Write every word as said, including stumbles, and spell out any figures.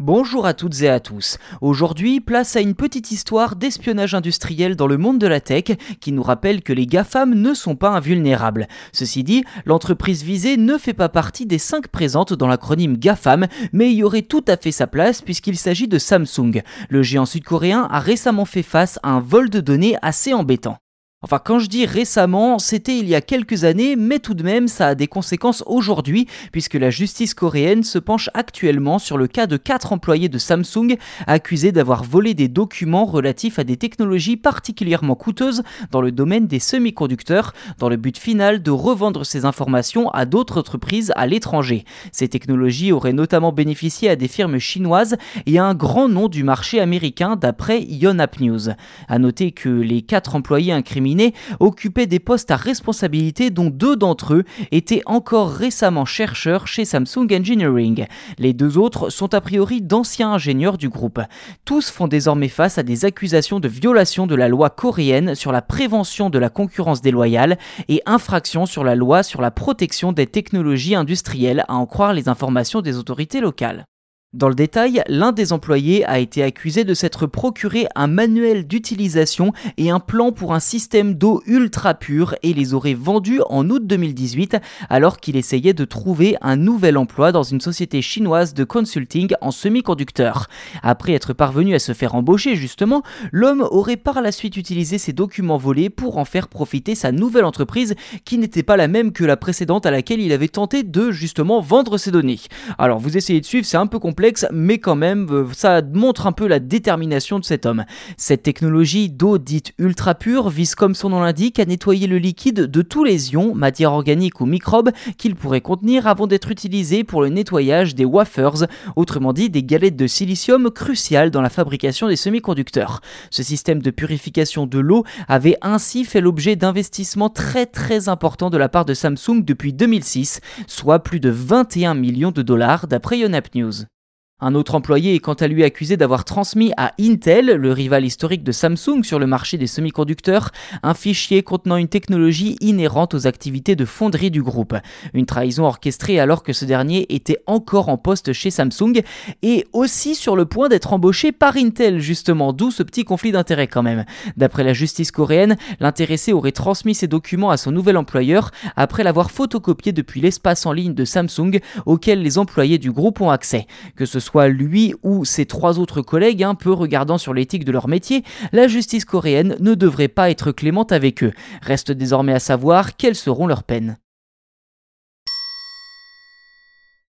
Bonjour à toutes et à tous. Aujourd'hui, place à une petite histoire d'espionnage industriel dans le monde de la tech qui nous rappelle que les GAFAM ne sont pas invulnérables. Ceci dit, l'entreprise visée ne fait pas partie des cinq présentes dans l'acronyme GAFAM, mais y aurait tout à fait sa place puisqu'il s'agit de Samsung. Le géant sud-coréen a récemment fait face à un vol de données assez embêtant. Enfin, quand je dis récemment, c'était il y a quelques années, mais tout de même, ça a des conséquences aujourd'hui, puisque la justice coréenne se penche actuellement sur le cas de quatre employés de Samsung accusés d'avoir volé des documents relatifs à des technologies particulièrement coûteuses dans le domaine des semi-conducteurs, dans le but final de revendre ces informations à d'autres entreprises à l'étranger. Ces technologies auraient notamment bénéficié à des firmes chinoises et à un grand nom du marché américain d'après Yonhap News. À noter que les quatre employés incriminés occupaient des postes à responsabilité dont deux d'entre eux étaient encore récemment chercheurs chez Samsung Engineering. Les deux autres sont a priori d'anciens ingénieurs du groupe. Tous font désormais face à des accusations de violation de la loi coréenne sur la prévention de la concurrence déloyale et infraction sur la loi sur la protection des technologies industrielles, à en croire les informations des autorités locales. Dans le détail, l'un des employés a été accusé de s'être procuré un manuel d'utilisation et un plan pour un système d'eau ultra pur et les aurait vendus en août deux mille dix-huit alors qu'il essayait de trouver un nouvel emploi dans une société chinoise de consulting en semi-conducteurs. Après être parvenu à se faire embaucher justement, l'homme aurait par la suite utilisé ces documents volés pour en faire profiter sa nouvelle entreprise qui n'était pas la même que la précédente à laquelle il avait tenté de justement vendre ses données. Alors vous essayez de suivre, c'est un peu complexe, mais quand même, ça montre un peu la détermination de cet homme. Cette technologie d'eau dite ultra pure vise, comme son nom l'indique, à nettoyer le liquide de tous les ions, matières organiques ou microbes qu'il pourrait contenir avant d'être utilisé pour le nettoyage des wafers, autrement dit des galettes de silicium cruciales dans la fabrication des semi-conducteurs. Ce système de purification de l'eau avait ainsi fait l'objet d'investissements très très importants de la part de Samsung depuis deux mille six, soit plus de vingt et un millions de dollars d'après Yonhap News. Un autre employé est quant à lui accusé d'avoir transmis à Intel, le rival historique de Samsung sur le marché des semi-conducteurs, un fichier contenant une technologie inhérente aux activités de fonderie du groupe. Une trahison orchestrée alors que ce dernier était encore en poste chez Samsung et aussi sur le point d'être embauché par Intel justement, d'où ce petit conflit d'intérêts quand même. D'après la justice coréenne, l'intéressé aurait transmis ses documents à son nouvel employeur après l'avoir photocopié depuis l'espace en ligne de Samsung auquel les employés du groupe ont accès. Que ce soit soit lui ou ses trois autres collègues, un peu regardant sur l'éthique de leur métier, la justice coréenne ne devrait pas être clémente avec eux. Reste désormais à savoir quelles seront leurs peines.